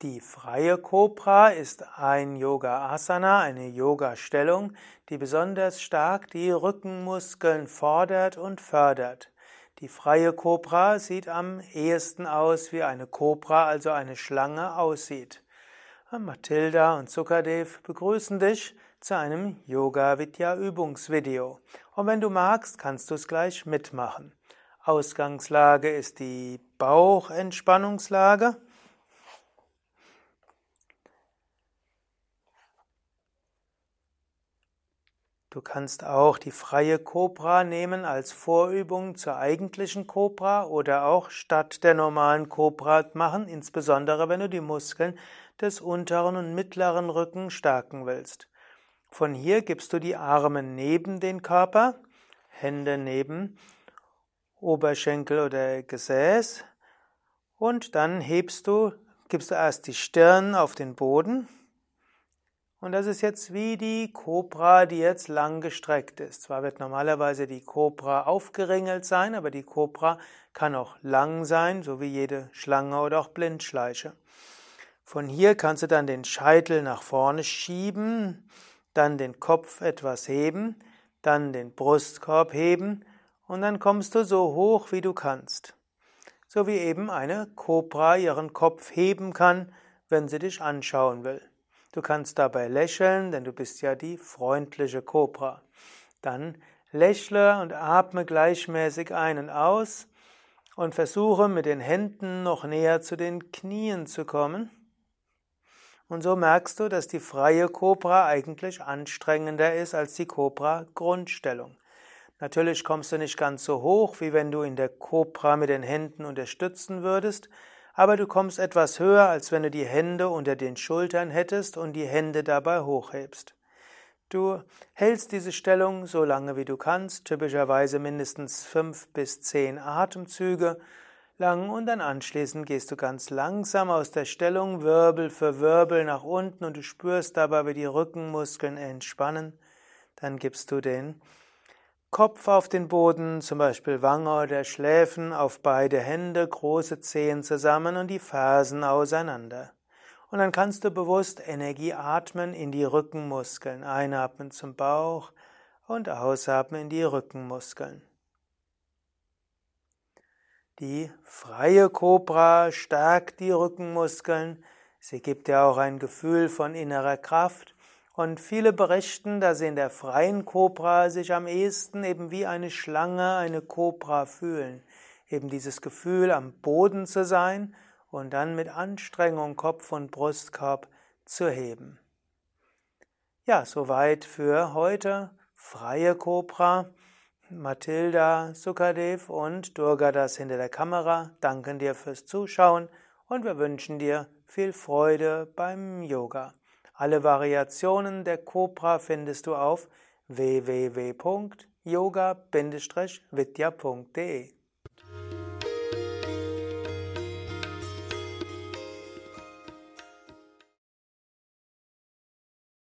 Die freie Kobra ist ein Yoga-Asana, eine Yoga-Stellung, die besonders stark die Rückenmuskeln fordert und fördert. Die freie Kobra sieht am ehesten aus, wie eine Kobra, also eine Schlange, aussieht. Mathilda und Sukadev begrüßen dich zu einem Yoga-Vidya-Übungsvideo. Und wenn du magst, kannst du es gleich mitmachen. Ausgangslage ist die Bauchentspannungslage. Du kannst auch die freie Kobra nehmen als Vorübung zur eigentlichen Kobra oder auch statt der normalen Kobra machen, insbesondere wenn du die Muskeln des unteren und mittleren Rücken stärken willst. Von hier gibst du die Arme neben den Körper, Hände neben Oberschenkel oder Gesäß und dann gibst du erst die Stirn auf den Boden. Und das ist jetzt wie die Kobra, die jetzt lang gestreckt ist. Zwar wird normalerweise die Kobra aufgeringelt sein, aber die Kobra kann auch lang sein, so wie jede Schlange oder auch Blindschleiche. Von hier kannst du dann den Scheitel nach vorne schieben, dann den Kopf etwas heben, dann den Brustkorb heben und dann kommst du so hoch, wie du kannst. So wie eben eine Kobra ihren Kopf heben kann, wenn sie dich anschauen will. Du kannst dabei lächeln, denn du bist ja die freundliche Kobra. Dann lächle und atme gleichmäßig ein und aus und versuche mit den Händen noch näher zu den Knien zu kommen. Und so merkst du, dass die freie Kobra eigentlich anstrengender ist als die Kobra-Grundstellung. Natürlich kommst du nicht ganz so hoch, wie wenn du in der Kobra mit den Händen unterstützen würdest, aber du kommst etwas höher, als wenn du die Hände unter den Schultern hättest und die Hände dabei hochhebst. Du hältst diese Stellung so lange wie du kannst, typischerweise mindestens 5 bis 10 Atemzüge lang und dann anschließend gehst du ganz langsam aus der Stellung, Wirbel für Wirbel nach unten und du spürst dabei, wie die Rückenmuskeln entspannen. Dann gibst du den Kopf auf den Boden, zum Beispiel Wange oder Schläfen, auf beide Hände, große Zehen zusammen und die Fersen auseinander. Und dann kannst du bewusst Energie atmen in die Rückenmuskeln. Einatmen zum Bauch und ausatmen in die Rückenmuskeln. Die freie Kobra stärkt die Rückenmuskeln. Sie gibt dir auch ein Gefühl von innerer Kraft. Und viele berichten, dass sie in der freien Kobra sich am ehesten eben wie eine Schlange, eine Kobra fühlen. Eben dieses Gefühl, am Boden zu sein und dann mit Anstrengung Kopf und Brustkorb zu heben. Ja, soweit für heute. Freie Kobra. Mathilda, Sukadev und Durgadas hinter der Kamera danken dir fürs Zuschauen und wir wünschen dir viel Freude beim Yoga. Alle Variationen der Kobra findest du auf www.yoga-vidya.de